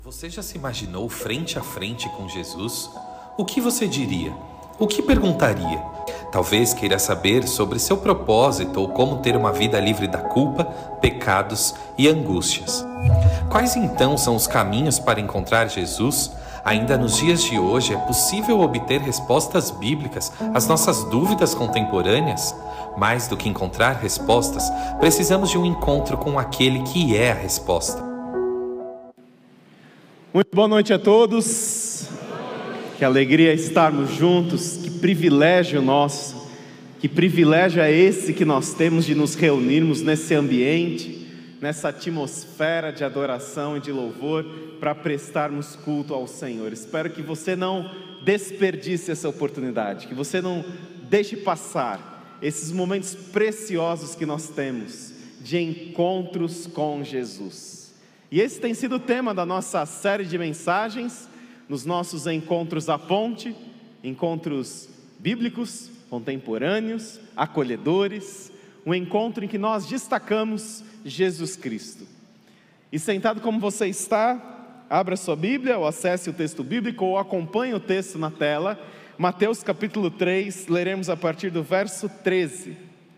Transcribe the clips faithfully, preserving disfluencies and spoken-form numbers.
Você já se imaginou frente a frente com Jesus? O que você diria? O que perguntaria? Talvez queira saber sobre seu propósito ou como ter uma vida livre da culpa, pecados e angústias. Quais então são os caminhos para encontrar Jesus? Ainda nos dias de hoje é possível obter respostas bíblicas às nossas dúvidas contemporâneas? Mais do que encontrar respostas, precisamos de um encontro com aquele que é a resposta. Muito boa noite a todos. Que alegria estarmos juntos, que privilégio nosso, que privilégio é esse que nós temos de nos reunirmos nesse ambiente, nessa atmosfera de adoração e de louvor para prestarmos culto ao Senhor. Espero que você não desperdice essa oportunidade, que você não deixe passar esses momentos preciosos que nós temos de encontros com Jesus. E esse tem sido o tema da nossa série de mensagens, nos nossos encontros à ponte, encontros bíblicos, contemporâneos, acolhedores, um encontro em que nós destacamos Jesus Cristo. E sentado como você está, abra sua Bíblia, ou acesse o texto bíblico, ou acompanhe o texto na tela. Mateus capítulo três, leremos a partir do verso treze.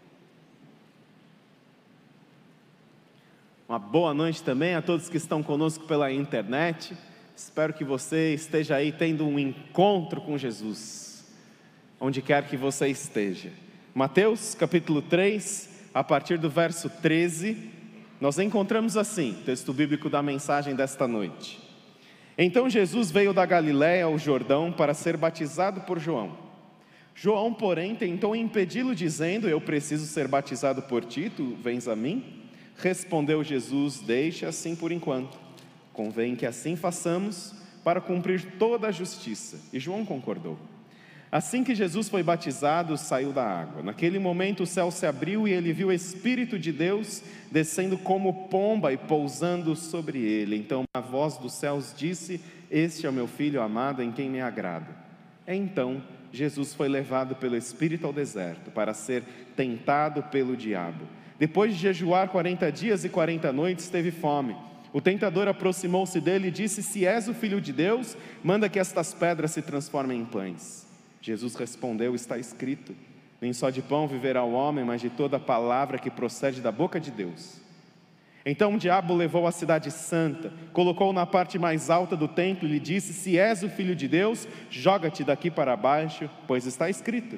Uma boa noite também a todos que estão conosco pela internet. Espero que você esteja aí tendo um encontro com Jesus, onde quer que você esteja. Mateus capítulo três, a partir do verso treze, nós encontramos assim, texto bíblico da mensagem desta noite. Então Jesus veio da Galiléia ao Jordão para ser batizado por João. João, porém, tentou impedi-lo, dizendo: eu preciso ser batizado por ti, tu vens a mim? Respondeu Jesus: deixa assim por enquanto, convém que assim façamos para cumprir toda a justiça. E João concordou. Assim que Jesus foi batizado, saiu da água. Naquele momento o céu se abriu e ele viu o Espírito de Deus descendo como pomba e pousando sobre ele. Então a voz dos céus disse: este é o meu Filho amado, em quem me agrado. Então Jesus foi levado pelo Espírito ao deserto para ser tentado pelo diabo. Depois de jejuar quarenta dias e quarenta noites, teve fome. O tentador aproximou-se dele e disse: se és o Filho de Deus, manda que estas pedras se transformem em pães. Jesus respondeu: está escrito, nem só de pão viverá o homem, mas de toda a palavra que procede da boca de Deus. Então o diabo levou a cidade santa, colocou-o na parte mais alta do templo e lhe disse: se és o Filho de Deus, joga-te daqui para baixo, pois está escrito,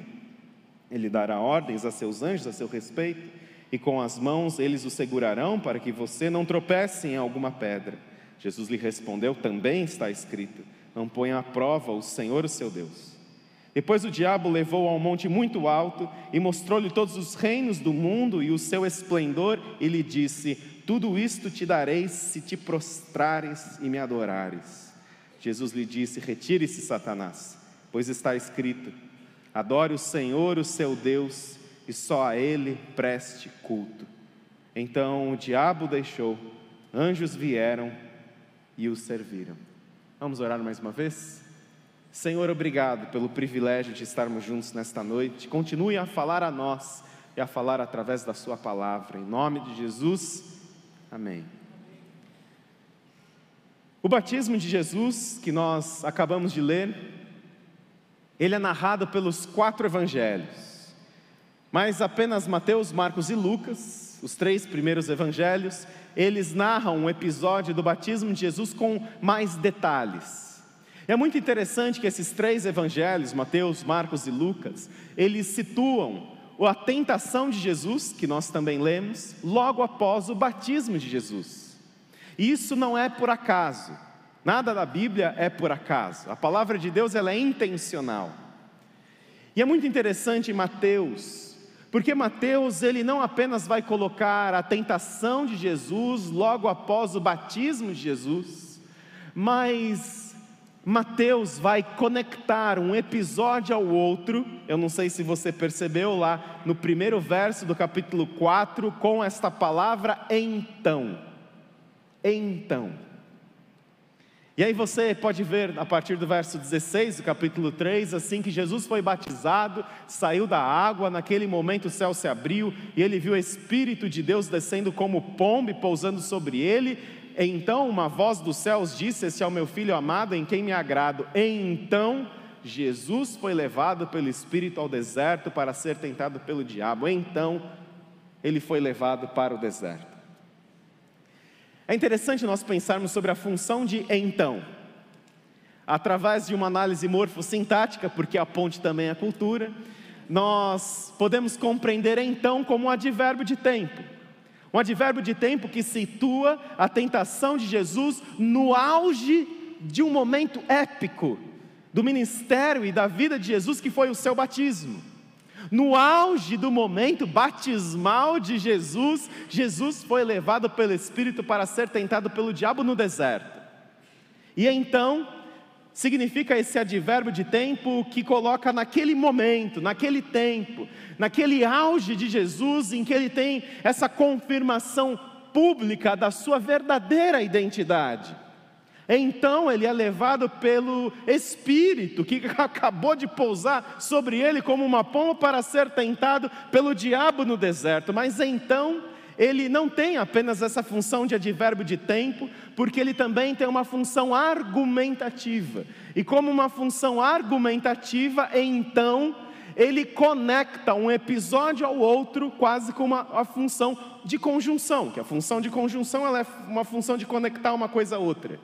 ele dará ordens a seus anjos a seu respeito, e com as mãos eles o segurarão para que você não tropece em alguma pedra. Jesus lhe respondeu: também está escrito, não ponha à prova o Senhor o seu Deus. Depois o diabo levou-o a um monte muito alto e mostrou-lhe todos os reinos do mundo e o seu esplendor, e lhe disse: tudo isto te darei se te prostrares e me adorares. Jesus lhe disse: retire-se, Satanás, pois está escrito, adore o Senhor o seu Deus e só a Ele preste culto. Então o diabo deixou, anjos vieram e o serviram. Vamos orar mais uma vez? Senhor, obrigado pelo privilégio de estarmos juntos nesta noite. Continue a falar a nós e a falar através da sua palavra. Em nome de Jesus, amém. O batismo de Jesus, que nós acabamos de ler, ele é narrado pelos quatro evangelhos. Mas apenas Mateus, Marcos e Lucas, os três primeiros evangelhos, eles narram um episódio do batismo de Jesus com mais detalhes. É muito interessante que esses três evangelhos, Mateus, Marcos e Lucas, eles situam a tentação de Jesus, que nós também lemos, logo após o batismo de Jesus. E isso não é por acaso, nada da Bíblia é por acaso, a palavra de Deus ela é intencional. E é muito interessante em Mateus, porque Mateus ele não apenas vai colocar a tentação de Jesus logo após o batismo de Jesus, mas Mateus vai conectar um episódio ao outro. Eu não sei se você percebeu lá no primeiro verso do capítulo quatro, com esta palavra então, então. E aí você pode ver a partir do verso dezesseis do capítulo três, assim que Jesus foi batizado, saiu da água, naquele momento o céu se abriu, e ele viu o Espírito de Deus descendo como pomba e pousando sobre ele. então uma voz dos céus disse: esse é o meu filho amado em quem me agrado. Então Jesus foi levado pelo Espírito ao deserto para ser tentado pelo diabo. Então ele foi levado para o deserto. É interessante nós pensarmos sobre a função de então, através de uma análise morfossintática, porque a ponte também é cultura. Nós podemos compreender então como um advérbio de tempo, um advérbio de tempo que situa a tentação de Jesus no auge de um momento épico do ministério e da vida de Jesus, que foi o seu batismo. No auge do momento batismal de Jesus, Jesus foi levado pelo Espírito para ser tentado pelo diabo no deserto. E então, significa esse advérbio de tempo que coloca naquele momento, naquele tempo, naquele auge de Jesus, em que ele tem essa confirmação pública da sua verdadeira identidade. Então ele é levado pelo Espírito, que acabou de pousar sobre ele como uma pomba para ser tentado pelo diabo no deserto. Mas então ele não tem apenas essa função de advérbio de tempo, porque ele também tem uma função argumentativa. E como uma função argumentativa, então ele conecta um episódio ao outro quase com uma a função de conjunção, que a função de conjunção ela é uma função de conectar uma coisa a outra.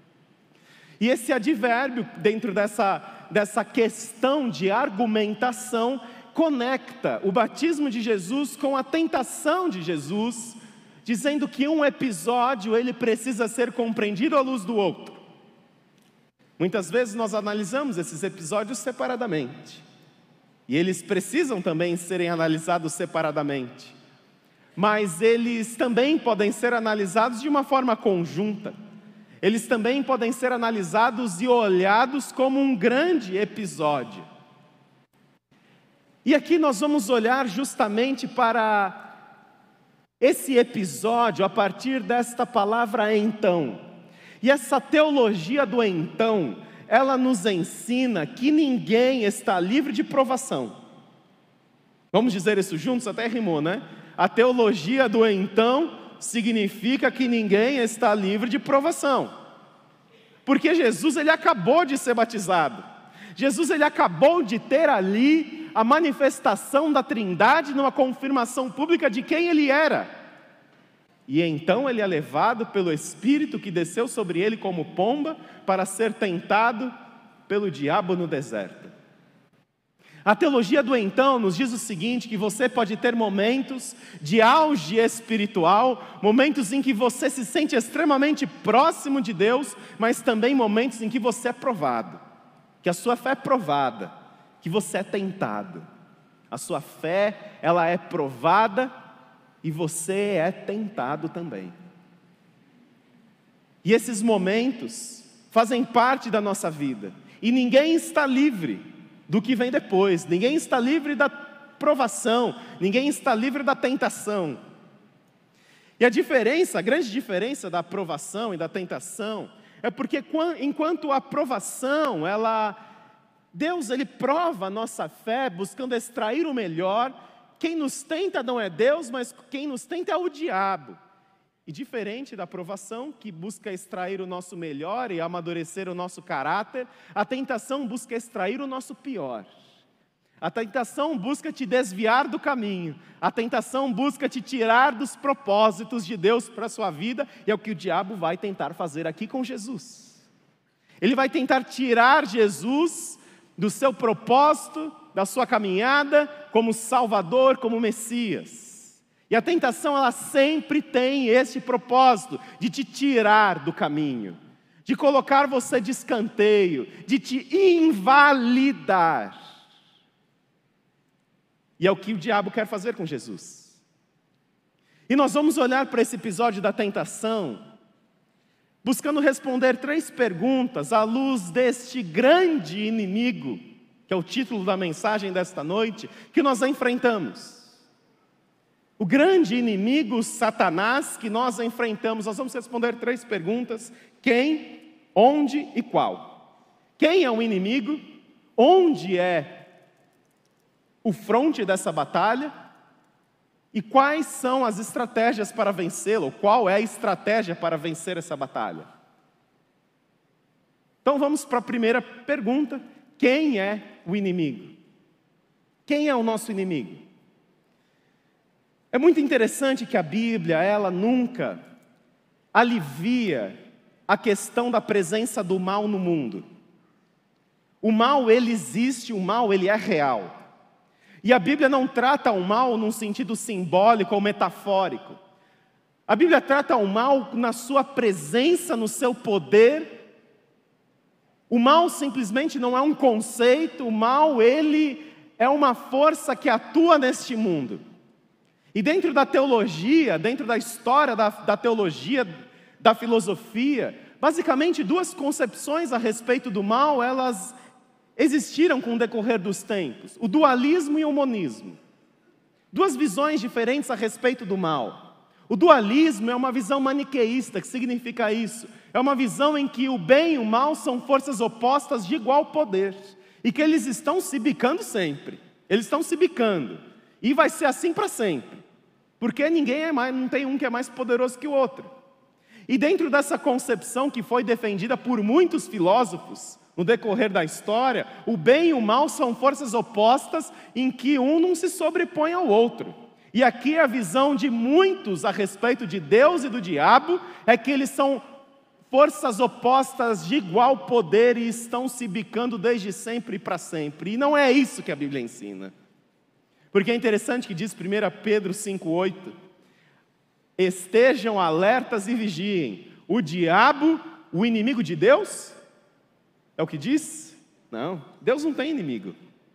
E esse advérbio, dentro dessa, dessa questão de argumentação, conecta o batismo de Jesus com a tentação de Jesus, dizendo que um episódio ele precisa ser compreendido à luz do outro. Muitas vezes nós analisamos esses episódios separadamente, e eles precisam também serem analisados separadamente, mas eles também podem ser analisados de uma forma conjunta. Eles também podem ser analisados e olhados como um grande episódio. E aqui nós vamos olhar justamente para esse episódio a partir desta palavra então. E essa teologia do então, ela nos ensina que ninguém está livre de provação. Vamos dizer isso juntos? Até rimou, né? A teologia do então significa que ninguém está livre de provação, porque Jesus ele acabou de ser batizado, Jesus ele acabou de ter ali a manifestação da Trindade numa confirmação pública de quem ele era, e então ele é levado pelo Espírito que desceu sobre ele como pomba para ser tentado pelo diabo no deserto. A teologia do então nos diz o seguinte, que você pode ter momentos de auge espiritual, momentos em que você se sente extremamente próximo de Deus, mas também momentos em que você é provado, que a sua fé é provada, que você é tentado. A sua fé, ela é provada e você é tentado também. E esses momentos fazem parte da nossa vida, e ninguém está livre do que vem depois, ninguém está livre da provação, ninguém está livre da tentação. E a diferença, a grande diferença da provação e da tentação, é porque enquanto a provação, ela, Deus ele prova a nossa fé, buscando extrair o melhor, quem nos tenta não é Deus, mas quem nos tenta é o diabo. E diferente da provação, que busca extrair o nosso melhor e amadurecer o nosso caráter, a tentação busca extrair o nosso pior. A tentação busca te desviar do caminho. A tentação busca te tirar dos propósitos de Deus para a sua vida, e é o que o diabo vai tentar fazer aqui com Jesus. Ele vai tentar tirar Jesus do seu propósito, da sua caminhada como Salvador, como Messias. E a tentação, ela sempre tem esse propósito de te tirar do caminho, de colocar você de escanteio, de te invalidar. E é o que o diabo quer fazer com Jesus. E nós vamos olhar para esse episódio da tentação, buscando responder três perguntas à luz deste grande inimigo, que é o título da mensagem desta noite, que nós enfrentamos. O grande inimigo, Satanás, que nós enfrentamos. Nós vamos responder três perguntas: quem, onde e qual. Quem é o inimigo? Onde é o fronte dessa batalha? E quais são as estratégias para vencê-lo? Qual é a estratégia para vencer essa batalha? Então vamos para a primeira pergunta: quem é o inimigo? Quem é o nosso inimigo? É muito interessante que a Bíblia, ela nunca alivia a questão da presença do mal no mundo. O mal, ele existe, o mal, ele é real. E a Bíblia não trata o mal num sentido simbólico ou metafórico. A Bíblia trata o mal na sua presença, no seu poder. O mal simplesmente não é um conceito, o mal, ele é uma força que atua neste mundo. E dentro da teologia, dentro da história da, da teologia, da filosofia, basicamente duas concepções a respeito do mal, elas existiram com o decorrer dos tempos: o dualismo e o monismo. Duas visões diferentes a respeito do mal. O dualismo é uma visão maniqueísta. Que significa isso? É uma visão em que o bem e o mal são forças opostas de igual poder, e que eles estão se bicando sempre. Eles estão se bicando, e vai ser assim para sempre, porque ninguém é mais, não tem um que é mais poderoso que o outro. E dentro dessa concepção que foi defendida por muitos filósofos no decorrer da história, o bem e o mal são forças opostas em que um não se sobrepõe ao outro. E aqui a visão de muitos a respeito de Deus e do diabo é que eles são forças opostas de igual poder e estão se bicando desde sempre e para sempre. E não é isso que a Bíblia ensina. Porque é interessante que diz primeira Pedro cinco, oito: estejam alertas e vigiem. O diabo, o inimigo de Deus? É o que diz? Não, Deus não tem inimigo.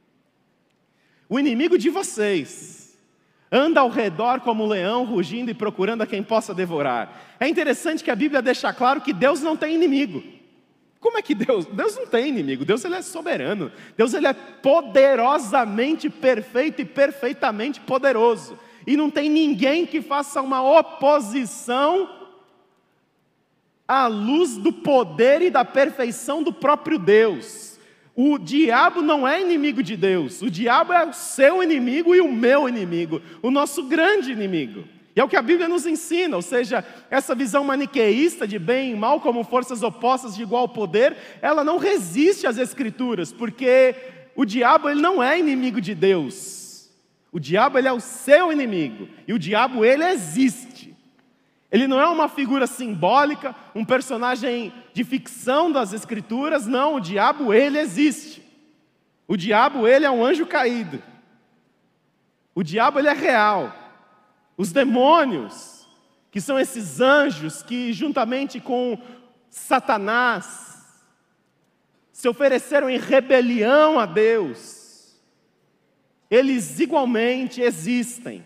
O inimigo de vocês anda ao redor como um leão, rugindo e procurando a quem possa devorar. É interessante que a Bíblia deixa claro que Deus não tem inimigo. Como é que Deus? Deus não tem inimigo. Deus, ele é soberano. Deus, ele é poderosamente perfeito e perfeitamente poderoso. E não tem ninguém que faça uma oposição à luz do poder e da perfeição do próprio Deus. O diabo não é inimigo de Deus. O diabo é o seu inimigo e o meu inimigo, o nosso grande inimigo. E é o que a Bíblia nos ensina, ou seja, essa visão maniqueísta de bem e mal como forças opostas de igual poder, ela não resiste às Escrituras, porque o diabo, ele não é inimigo de Deus. O diabo, ele é o seu inimigo, e o diabo, ele existe. Ele não é uma figura simbólica, um personagem de ficção das Escrituras, não, o diabo, ele existe. O diabo, ele é um anjo caído. O diabo, ele é real. Os demônios, que são esses anjos que juntamente com Satanás se ofereceram em rebelião a Deus, eles igualmente existem.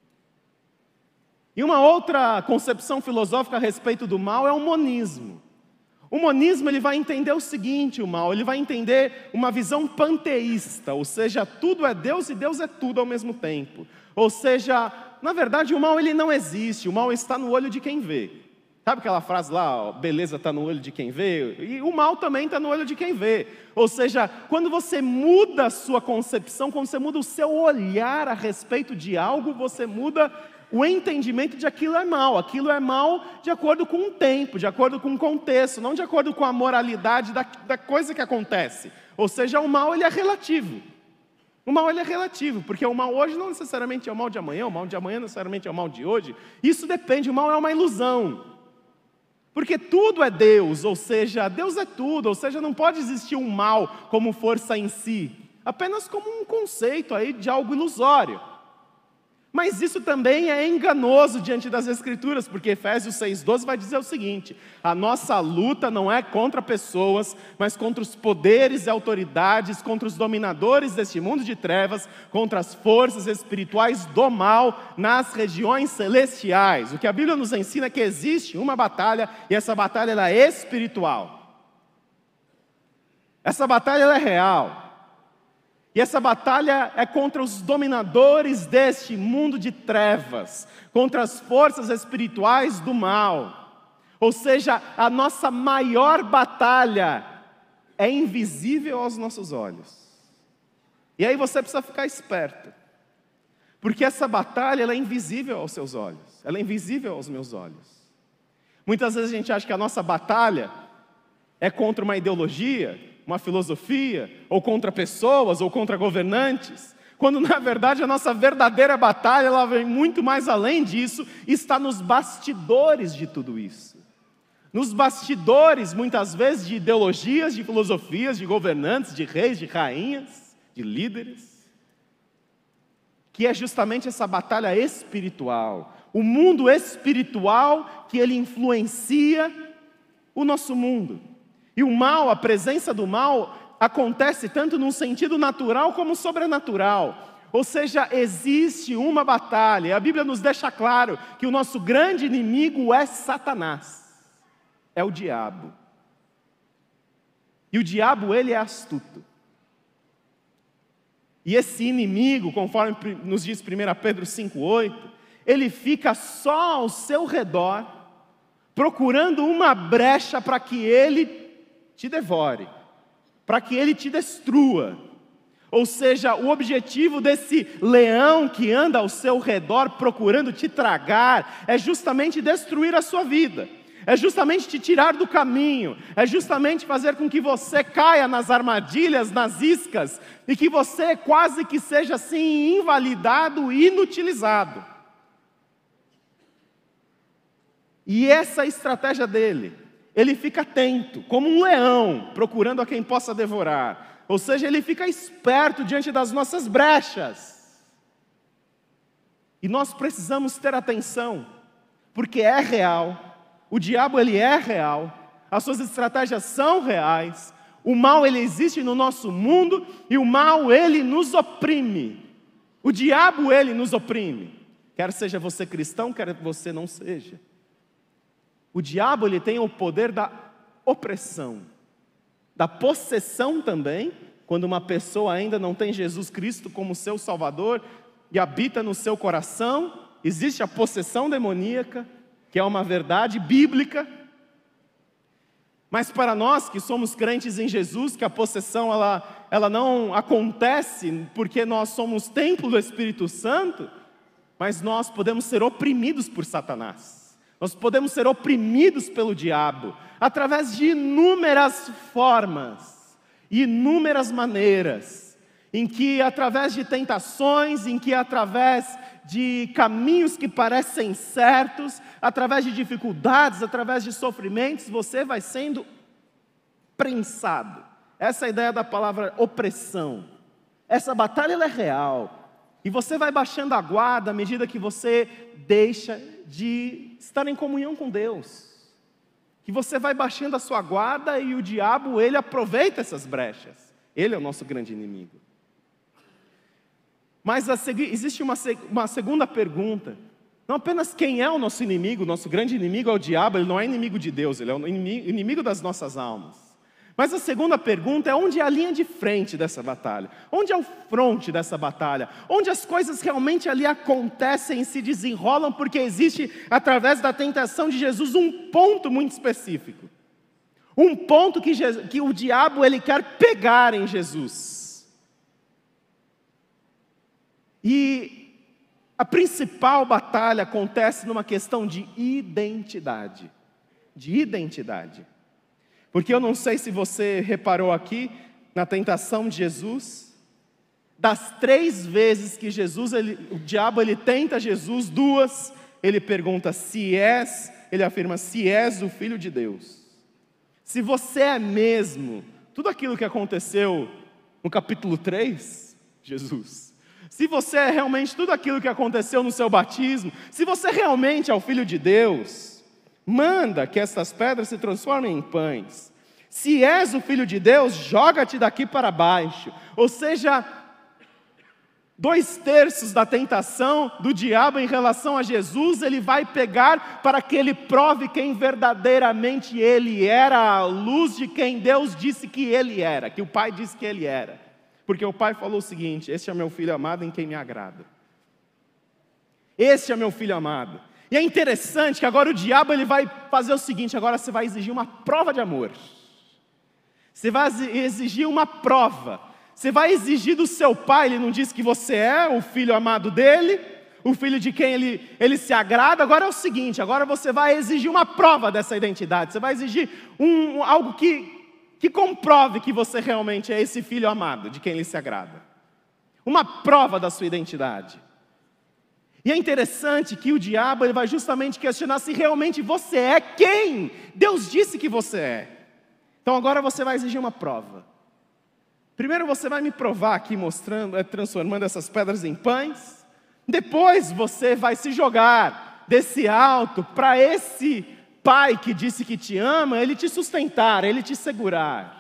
E uma outra concepção filosófica a respeito do mal é o monismo. O monismo, ele vai entender o seguinte, o mal, ele vai entender uma visão panteísta, ou seja, tudo é Deus e Deus é tudo ao mesmo tempo. Ou seja, na verdade o mal, ele não existe, o mal está no olho de quem vê. Sabe aquela frase lá, ó, beleza está no olho de quem vê? E o mal também está no olho de quem vê. Ou seja, quando você muda a sua concepção, quando você muda o seu olhar a respeito de algo, você muda o entendimento de aquilo é mal. Aquilo é mal de acordo com o tempo, de acordo com o contexto, não de acordo com a moralidade da, da coisa que acontece. Ou seja, o mal, ele é relativo. O mal, ele é relativo, porque o mal hoje não necessariamente é o mal de amanhã, o mal de amanhã necessariamente é o mal de hoje. Isso depende, o mal é uma ilusão. Porque tudo é Deus, ou seja, Deus é tudo, ou seja, não pode existir um mal como força em si, apenas como um conceito aí de algo ilusório. Mas isso também é enganoso diante das Escrituras, porque Efésios seis, doze vai dizer o seguinte: a nossa luta não é contra pessoas, mas contra os poderes e autoridades, contra os dominadores deste mundo de trevas, contra as forças espirituais do mal nas regiões celestiais. O que a Bíblia nos ensina é que existe uma batalha, e essa batalha ela é espiritual. Essa batalha ela é real. E essa batalha é contra os dominadores deste mundo de trevas, contra as forças espirituais do mal. Ou seja, a nossa maior batalha é invisível aos nossos olhos. E aí você precisa ficar esperto. Porque essa batalha ela é invisível aos seus olhos, ela é invisível aos meus olhos. Muitas vezes a gente acha que a nossa batalha é contra uma ideologia, uma filosofia, ou contra pessoas, ou contra governantes, quando na verdade a nossa verdadeira batalha ela vem muito mais além disso, e está nos bastidores de tudo isso. Nos bastidores, muitas vezes, de ideologias, de filosofias, de governantes, de reis, de rainhas, de líderes, que é justamente essa batalha espiritual, o mundo espiritual que ele influencia o nosso mundo. E o mal, a presença do mal, acontece tanto num sentido natural como sobrenatural. Ou seja, existe uma batalha. A Bíblia nos deixa claro que o nosso grande inimigo é Satanás, é o diabo. E o diabo, ele é astuto. E esse inimigo, conforme nos diz primeira Pedro cinco, oito, ele fica só ao seu redor, procurando uma brecha para que ele te devore, para que ele te destrua. Ou seja, o objetivo desse leão que anda ao seu redor procurando te tragar é justamente destruir a sua vida, é justamente te tirar do caminho, é justamente fazer com que você caia nas armadilhas, nas iscas, e que você quase que seja assim invalidado e inutilizado. E essa é a estratégia dele. Ele fica atento, como um leão, procurando a quem possa devorar. Ou seja, ele fica esperto diante das nossas brechas. E nós precisamos ter atenção, porque é real. O diabo, ele é real. As suas estratégias são reais. O mal, ele existe no nosso mundo, e o mal, ele nos oprime. O diabo, ele nos oprime. Quer seja você cristão, quer você não seja. O diabo, ele tem o poder da opressão, da possessão também, quando uma pessoa ainda não tem Jesus Cristo como seu Salvador e habita no seu coração, existe a possessão demoníaca, que é uma verdade bíblica. Mas para nós que somos crentes em Jesus, que a possessão ela, ela não acontece porque nós somos templo do Espírito Santo, mas nós podemos ser oprimidos por Satanás. Nós podemos ser oprimidos pelo diabo, através de inúmeras formas, inúmeras maneiras, em que através de tentações, em que através de caminhos que parecem certos, através de dificuldades, através de sofrimentos, você vai sendo prensado. Essa é a ideia da palavra opressão. Essa batalha ela é real. E você vai baixando a guarda à medida que você deixa de estar em comunhão com Deus. Que você vai baixando a sua guarda e o diabo, ele aproveita essas brechas. Ele é o nosso grande inimigo. Mas a segui- existe uma, seg- uma segunda pergunta. Não apenas quem é o nosso inimigo, o nosso grande inimigo é o diabo, ele não é inimigo de Deus, ele é o inimigo, inimigo das nossas almas. Mas a segunda pergunta é onde é a linha de frente dessa batalha? Onde é o fronte dessa batalha? Onde as coisas realmente ali acontecem e se desenrolam, porque existe, através da tentação de Jesus, um ponto muito específico. Um ponto que, Jesus, que o diabo ele quer pegar em Jesus. E a principal batalha acontece numa questão de identidade. De identidade. Porque eu não sei se você reparou aqui, na tentação de Jesus, das três vezes que Jesus, ele, o diabo ele tenta Jesus, duas, ele pergunta se és, ele afirma se és o Filho de Deus. Se você é mesmo tudo aquilo que aconteceu no capítulo três, Jesus. Se você é realmente tudo aquilo que aconteceu no seu batismo, se você realmente é o Filho de Deus, manda que estas pedras se transformem em pães. Se és o Filho de Deus, joga-te daqui para baixo. Ou seja, dois terços da tentação do diabo em relação a Jesus, ele vai pegar para que ele prove quem verdadeiramente ele era, à luz de quem Deus disse que ele era, que o Pai disse que ele era. Porque o Pai falou o seguinte: este é meu Filho amado em quem me agrado. Este é meu Filho amado. E é interessante que agora o diabo ele vai fazer o seguinte: agora você vai exigir uma prova de amor. Você vai exigir uma prova. Você vai exigir do seu pai, ele não disse que você é o filho amado dele, o filho de quem ele, ele se agrada. Agora é o seguinte, agora você vai exigir uma prova dessa identidade, você vai exigir um, algo que, que comprove que você realmente é esse filho amado, de quem ele se agrada. Uma prova da sua identidade. E é interessante que o diabo ele vai justamente questionar se realmente você é quem Deus disse que você é. Então agora você vai exigir uma prova. Primeiro você vai me provar aqui, mostrando, transformando essas pedras em pães. Depois você vai se jogar desse alto para esse pai que disse que te ama, ele te sustentar, ele te segurar.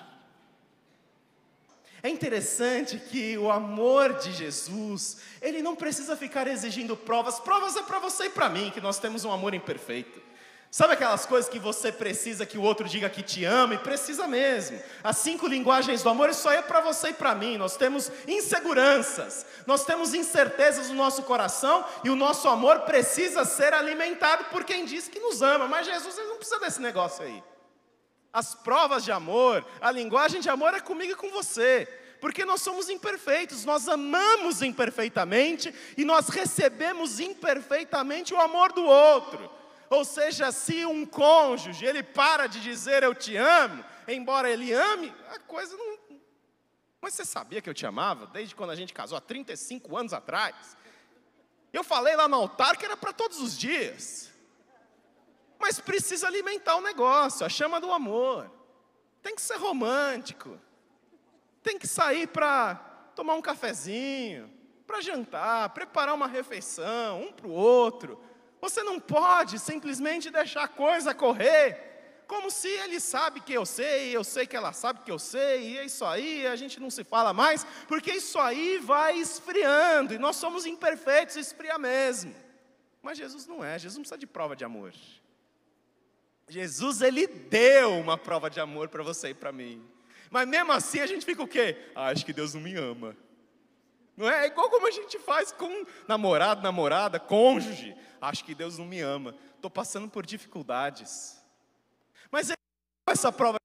É interessante que o amor de Jesus, ele não precisa ficar exigindo provas. Provas é para você e para mim, que nós temos um amor imperfeito. Sabe aquelas coisas que você precisa que o outro diga que te ama? E precisa mesmo. As cinco linguagens do amor, isso aí é para você e para mim. Nós temos inseguranças, nós temos incertezas no nosso coração, e o nosso amor precisa ser alimentado por quem diz que nos ama. Mas Jesus, ele não precisa desse negócio aí. As provas de amor, a linguagem de amor é comigo e com você, porque nós somos imperfeitos, nós amamos imperfeitamente e nós recebemos imperfeitamente o amor do outro. Ou seja, se um cônjuge, ele para de dizer eu te amo, embora ele ame, a coisa não... Mas você sabia que eu te amava desde quando a gente casou, há trinta e cinco anos atrás? Eu falei lá no altar que era para todos os dias. Mas precisa alimentar o negócio, a chama do amor. Tem que ser romântico. Tem que sair para tomar um cafezinho, para jantar, preparar uma refeição, um para o outro. Você não pode simplesmente deixar a coisa correr, como se ele sabe que eu sei, eu sei que ela sabe que eu sei, e é isso aí, a gente não se fala mais, porque isso aí vai esfriando, e nós somos imperfeitos, esfria mesmo. Mas Jesus não é, Jesus não precisa de prova de amor. Jesus, ele deu uma prova de amor para você e para mim. Mas mesmo assim a gente fica o quê? Ah, acho que Deus não me ama. Não é? É igual como a gente faz com namorado, namorada, cônjuge. Acho que Deus não me ama. Estou passando por dificuldades. Mas ele deu essa prova.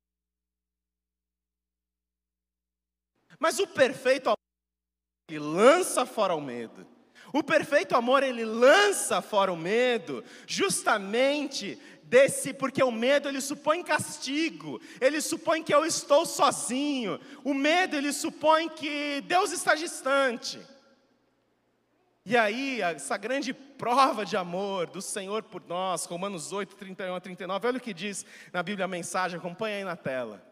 Mas o perfeito amor, ele lança fora o medo. O perfeito amor, ele lança fora o medo, justamente desse, porque o medo, ele supõe castigo, ele supõe que eu estou sozinho, o medo, ele supõe que Deus está distante. E aí, essa grande prova de amor do Senhor por nós, Romanos oito, trinta e um a trinta e nove, olha o que diz na Bíblia a mensagem, acompanha aí na tela.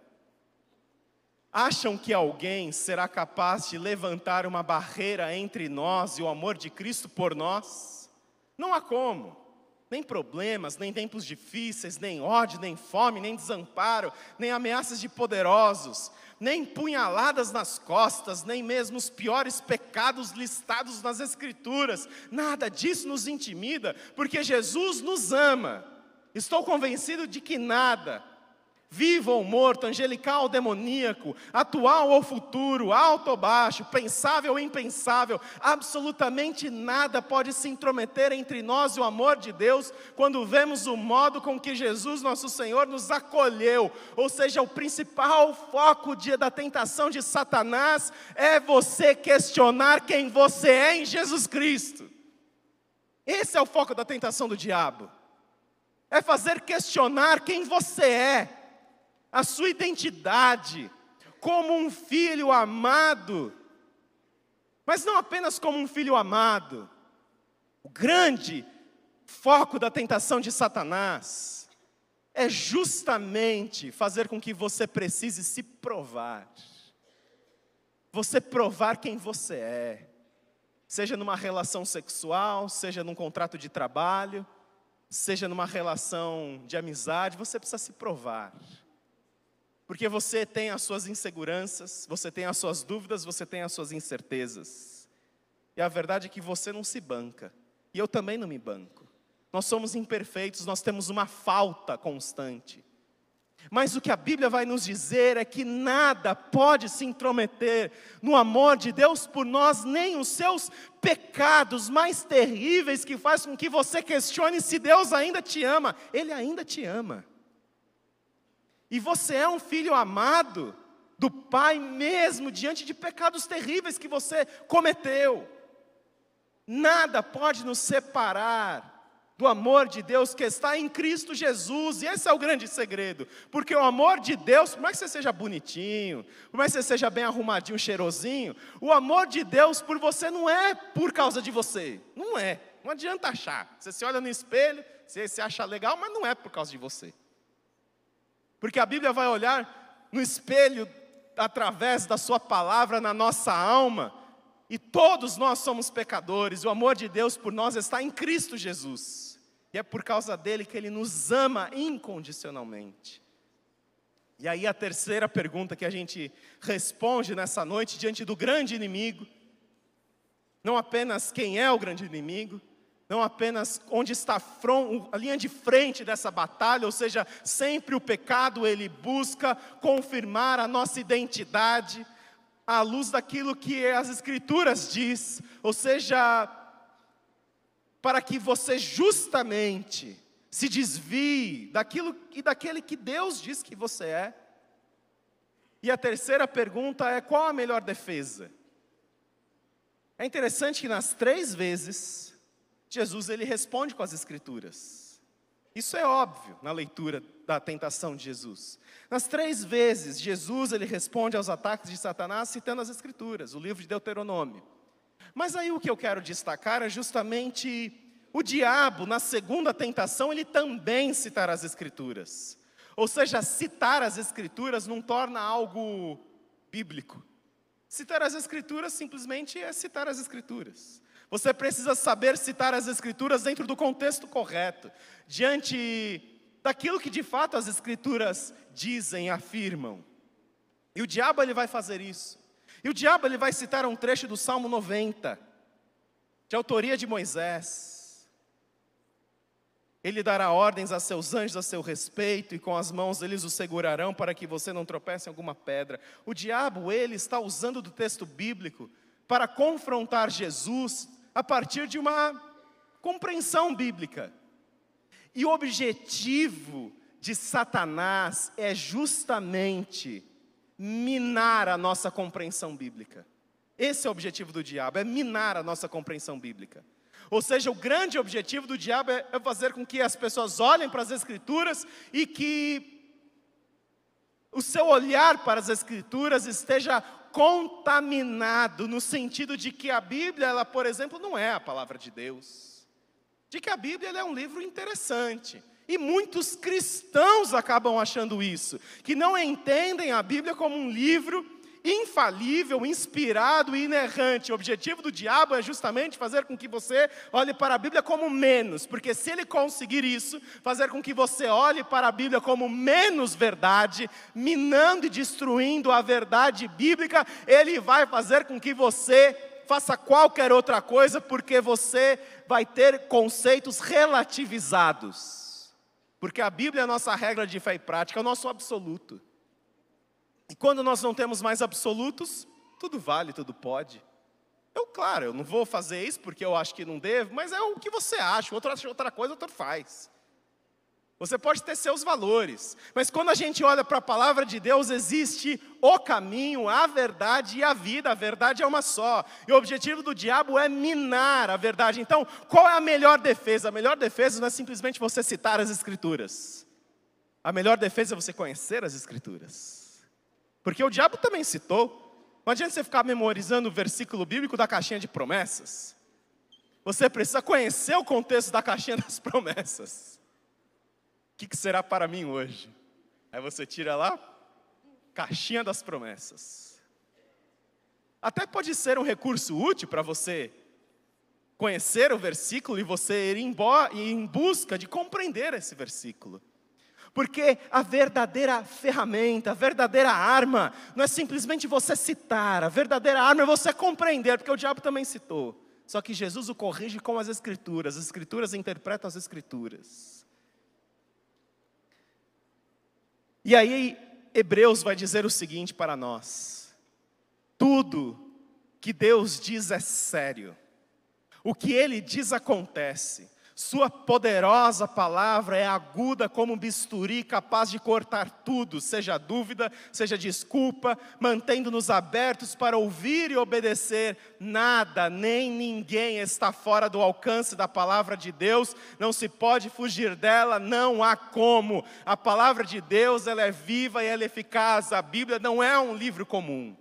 Acham que alguém será capaz de levantar uma barreira entre nós e o amor de Cristo por nós? Não há como. Nem problemas, nem tempos difíceis, nem ódio, nem fome, nem desamparo, nem ameaças de poderosos, nem punhaladas nas costas, nem mesmo os piores pecados listados nas Escrituras. Nada disso nos intimida, porque Jesus nos ama. Estou convencido de que nada, vivo ou morto, angelical ou demoníaco, atual ou futuro, alto ou baixo, pensável ou impensável, absolutamente nada pode se intrometer entre nós e o amor de Deus, quando vemos o modo com que Jesus, nosso Senhor, nos acolheu. Ou seja, o principal foco de, da tentação de Satanás é você questionar quem você é em Jesus Cristo. Esse é o foco da tentação do diabo. É fazer questionar quem você é, a sua identidade, como um filho amado, mas não apenas como um filho amado. O grande foco da tentação de Satanás é justamente fazer com que você precise se provar. Você provar quem você é, seja numa relação sexual, seja num contrato de trabalho, seja numa relação de amizade, você precisa se provar. Porque você tem as suas inseguranças, você tem as suas dúvidas, você tem as suas incertezas. E a verdade é que você não se banca. E eu também não me banco. Nós somos imperfeitos, nós temos uma falta constante. Mas o que a Bíblia vai nos dizer é que nada pode se intrometer no amor de Deus por nós, nem os seus pecados mais terríveis que faz com que você questione se Deus ainda te ama. Ele ainda te ama. E você é um filho amado, do Pai mesmo, diante de pecados terríveis que você cometeu. Nada pode nos separar do amor de Deus que está em Cristo Jesus, e esse é o grande segredo, porque o amor de Deus, por mais que você seja bonitinho, por mais que você seja bem arrumadinho, cheirosinho, o amor de Deus por você não é por causa de você, não é, não adianta achar, você se olha no espelho, você se acha legal, mas não é por causa de você, porque a Bíblia vai olhar no espelho, através da sua palavra na nossa alma, e todos nós somos pecadores, o amor de Deus por nós está em Cristo Jesus. E é por causa dele que ele nos ama incondicionalmente. E aí a terceira pergunta que a gente responde nessa noite diante do grande inimigo, não apenas quem é o grande inimigo, não apenas onde está a, front, a linha de frente dessa batalha, ou seja, sempre o pecado ele busca confirmar a nossa identidade, à luz daquilo que as Escrituras diz, ou seja, para que você justamente se desvie daquilo e daquele que Deus diz que você é. E a terceira pergunta é: qual a melhor defesa? É interessante que nas três vezes, Jesus ele responde com as Escrituras. Isso é óbvio na leitura da tentação de Jesus. Nas três vezes, Jesus ele responde aos ataques de Satanás citando as Escrituras, o livro de Deuteronômio. Mas aí o que eu quero destacar é justamente o diabo, na segunda tentação, ele também citará as Escrituras. Ou seja, citar as Escrituras não torna algo bíblico. Citar as Escrituras simplesmente é citar as Escrituras. Você precisa saber citar as Escrituras dentro do contexto correto, diante daquilo que de fato as Escrituras dizem, afirmam. E o diabo ele vai fazer isso. E o diabo ele vai citar um trecho do Salmo noventa, de autoria de Moisés. Ele dará ordens a seus anjos a seu respeito, e com as mãos eles o segurarão para que você não tropece em alguma pedra. O diabo ele está usando do texto bíblico para confrontar Jesus a partir de uma compreensão bíblica. E o objetivo de Satanás é justamente minar a nossa compreensão bíblica. Esse é o objetivo do diabo, é minar a nossa compreensão bíblica. Ou seja, o grande objetivo do diabo é fazer com que as pessoas olhem para as Escrituras e que o seu olhar para as Escrituras esteja contaminado, no sentido de que a Bíblia, ela, por exemplo, não é a palavra de Deus. De que a Bíblia ela é um livro interessante. E muitos cristãos acabam achando isso, que não entendem a Bíblia como um livro infalível, inspirado e inerrante. O objetivo do diabo é justamente fazer com que você olhe para a Bíblia como menos, porque se ele conseguir isso, fazer com que você olhe para a Bíblia como menos verdade, minando e destruindo a verdade bíblica, ele vai fazer com que você faça qualquer outra coisa, porque você vai ter conceitos relativizados. Porque a Bíblia é a nossa regra de fé e prática, é o nosso absoluto. E quando nós não temos mais absolutos, tudo vale, tudo pode. Eu, claro, eu não vou fazer isso porque eu acho que não devo, mas é o que você acha, outro acha outra coisa, outro faz. Você pode ter seus valores, mas quando a gente olha para a palavra de Deus, existe o caminho, a verdade e a vida. A verdade é uma só, e o objetivo do diabo é minar a verdade. Então, qual é a melhor defesa? A melhor defesa não é simplesmente você citar as Escrituras. A melhor defesa é você conhecer as Escrituras. Porque o diabo também citou. Não adianta você ficar memorizando o versículo bíblico da caixinha de promessas. Você precisa conhecer o contexto da caixinha das promessas. O que, que será para mim hoje? Aí você tira lá, caixinha das promessas. Até pode ser um recurso útil para você conhecer o versículo e você ir em, em busca de compreender esse versículo. Porque a verdadeira ferramenta, a verdadeira arma, não é simplesmente você citar, a verdadeira arma é você compreender, porque o diabo também citou. Só que Jesus o corrige com as Escrituras, as Escrituras interpretam as Escrituras. E aí, Hebreus vai dizer o seguinte para nós: tudo que Deus diz é sério, o que Ele diz acontece, Sua poderosa palavra é aguda como um bisturi, capaz de cortar tudo, seja dúvida, seja desculpa, mantendo-nos abertos para ouvir e obedecer. Nada, nem ninguém está fora do alcance da palavra de Deus, não se pode fugir dela, não há como. A palavra de Deus, ela é viva e ela é eficaz. A Bíblia não é um livro comum.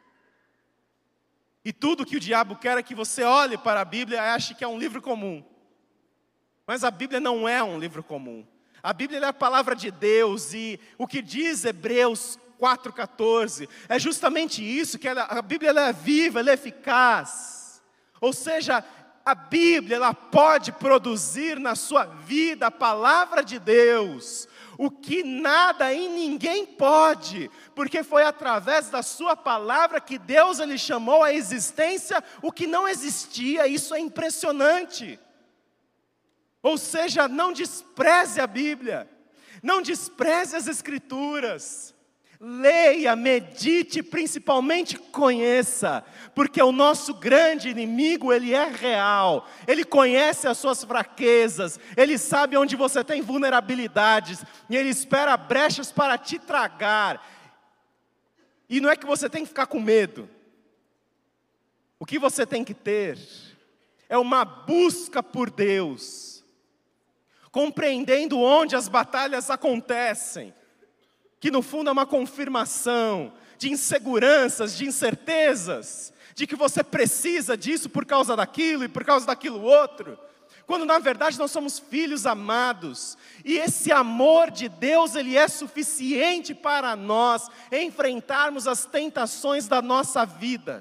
E tudo que o diabo quer é que você olhe para a Bíblia e ache que é um livro comum. Mas a Bíblia não é um livro comum. A Bíblia é a palavra de Deus, e o que diz Hebreus quatro, quatorze, é justamente isso, que ela, a Bíblia ela é viva, ela é eficaz. Ou seja, a Bíblia ela pode produzir na sua vida a palavra de Deus, o que nada e ninguém pode, porque foi através da sua palavra que Deus ele chamou à existência o que não existia. Isso é impressionante. Ou seja, não despreze a Bíblia, não despreze as Escrituras, leia, medite, principalmente conheça, porque o nosso grande inimigo, ele é real, ele conhece as suas fraquezas, ele sabe onde você tem vulnerabilidades, e ele espera brechas para te tragar. E não é que você tem que ficar com medo, o que você tem que ter é uma busca por Deus, compreendendo onde as batalhas acontecem, que no fundo é uma confirmação de inseguranças, de incertezas, de que você precisa disso por causa daquilo e por causa daquilo outro, quando na verdade nós somos filhos amados, e esse amor de Deus ele é suficiente para nós enfrentarmos as tentações da nossa vida.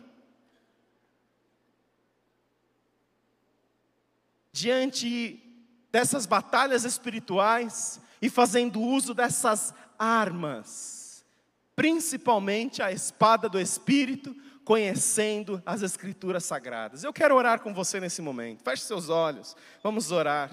Diante dessas batalhas espirituais e fazendo uso dessas armas, principalmente a espada do Espírito, conhecendo as Escrituras Sagradas. Eu quero orar com você nesse momento. Feche seus olhos, vamos orar.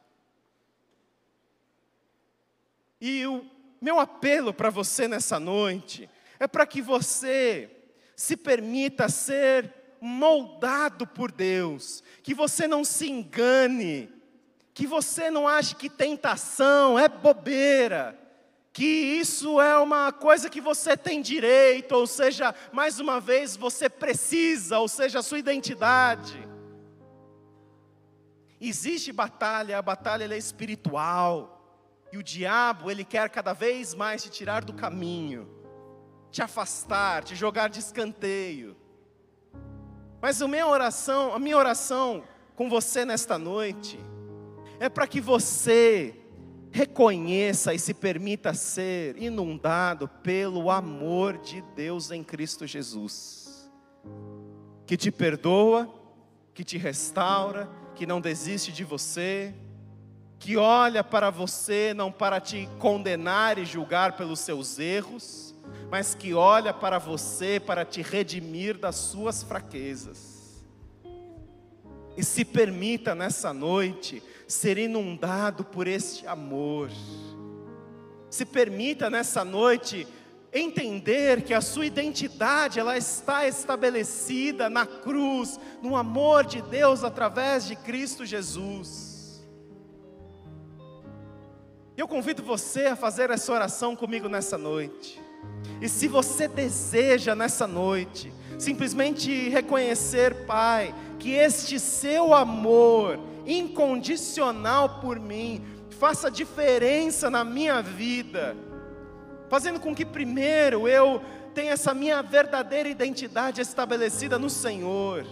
E o meu apelo para você nessa noite é para que você se permita ser moldado por Deus, que você não se engane, que você não ache que tentação é bobeira, que isso é uma coisa que você tem direito, ou seja, mais uma vez você precisa, ou seja, a sua identidade. Existe batalha, a batalha ela é espiritual, e o diabo ele quer cada vez mais te tirar do caminho, te afastar, te jogar de escanteio. Mas a minha oração, a minha oração com você nesta noite, é para que você reconheça e se permita ser inundado pelo amor de Deus em Cristo Jesus, que te perdoa, que te restaura, que não desiste de você, que olha para você não para te condenar e julgar pelos seus erros, mas que olha para você para te redimir das suas fraquezas. E se permita nessa noite ser inundado por este amor. Se permita nessa noite entender que a sua identidade ela está estabelecida na cruz, no amor de Deus através de Cristo Jesus. Eu convido você a fazer essa oração comigo nessa noite. E se você deseja nessa noite simplesmente reconhecer, Pai, que este seu amor incondicional por mim faça diferença na minha vida, fazendo com que primeiro eu tenha essa minha verdadeira identidade estabelecida no Senhor,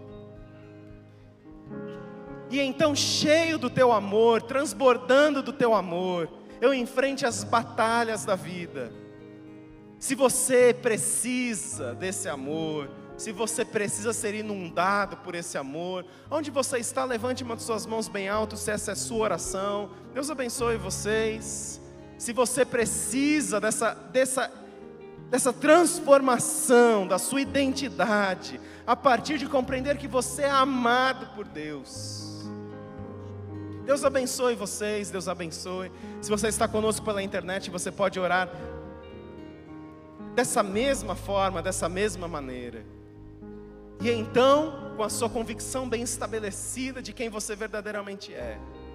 e então cheio do teu amor, transbordando do teu amor, eu enfrente as batalhas da vida. Se você precisa desse amor, se você precisa ser inundado por esse amor, onde você está, levante uma de suas mãos bem alto, se essa é a sua oração. Deus abençoe vocês. Se você precisa dessa, dessa, dessa transformação da sua identidade, a partir de compreender que você é amado por Deus. Deus abençoe vocês, Deus abençoe. Se você está conosco pela internet, você pode orar dessa mesma forma, dessa mesma maneira. E então, com a sua convicção bem estabelecida de quem você verdadeiramente é,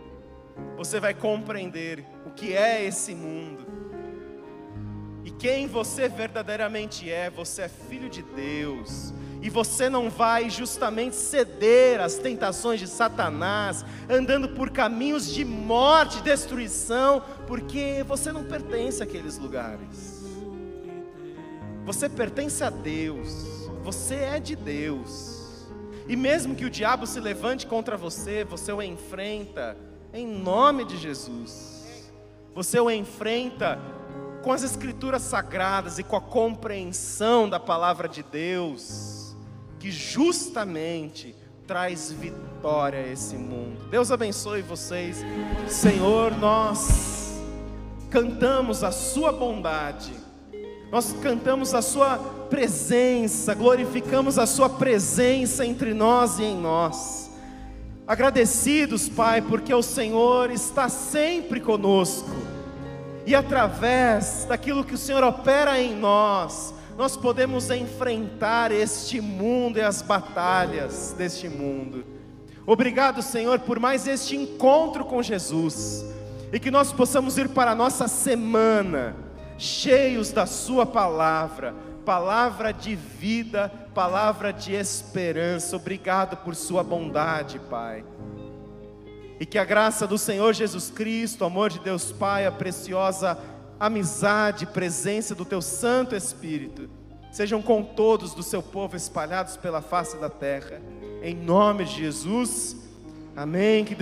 você vai compreender o que é esse mundo e quem você verdadeiramente é. Você é filho de Deus, e você não vai justamente ceder às tentações de Satanás, andando por caminhos de morte e destruição, porque você não pertence àqueles lugares. Você pertence a Deus, você é de Deus, e mesmo que o diabo se levante contra você, você o enfrenta em nome de Jesus. Você o enfrenta com as escrituras sagradas e com a compreensão da palavra de Deus, que justamente traz vitória a esse mundo. Deus abençoe vocês. Senhor, nós cantamos a sua bondade, nós cantamos a sua presença, glorificamos a sua presença entre nós e em nós. Agradecidos, Pai, porque o Senhor está sempre conosco, e através daquilo que o Senhor opera em nós, nós podemos enfrentar este mundo e as batalhas deste mundo. Obrigado, Senhor, por mais este encontro com Jesus, e que nós possamos ir para a nossa semana cheios da sua palavra, palavra de vida, palavra de esperança. Obrigado por sua bondade, Pai. E que a graça do Senhor Jesus Cristo, o amor de Deus Pai, a preciosa amizade, presença do teu Santo Espírito, sejam com todos do seu povo espalhados pela face da terra. Em nome de Jesus, amém. Que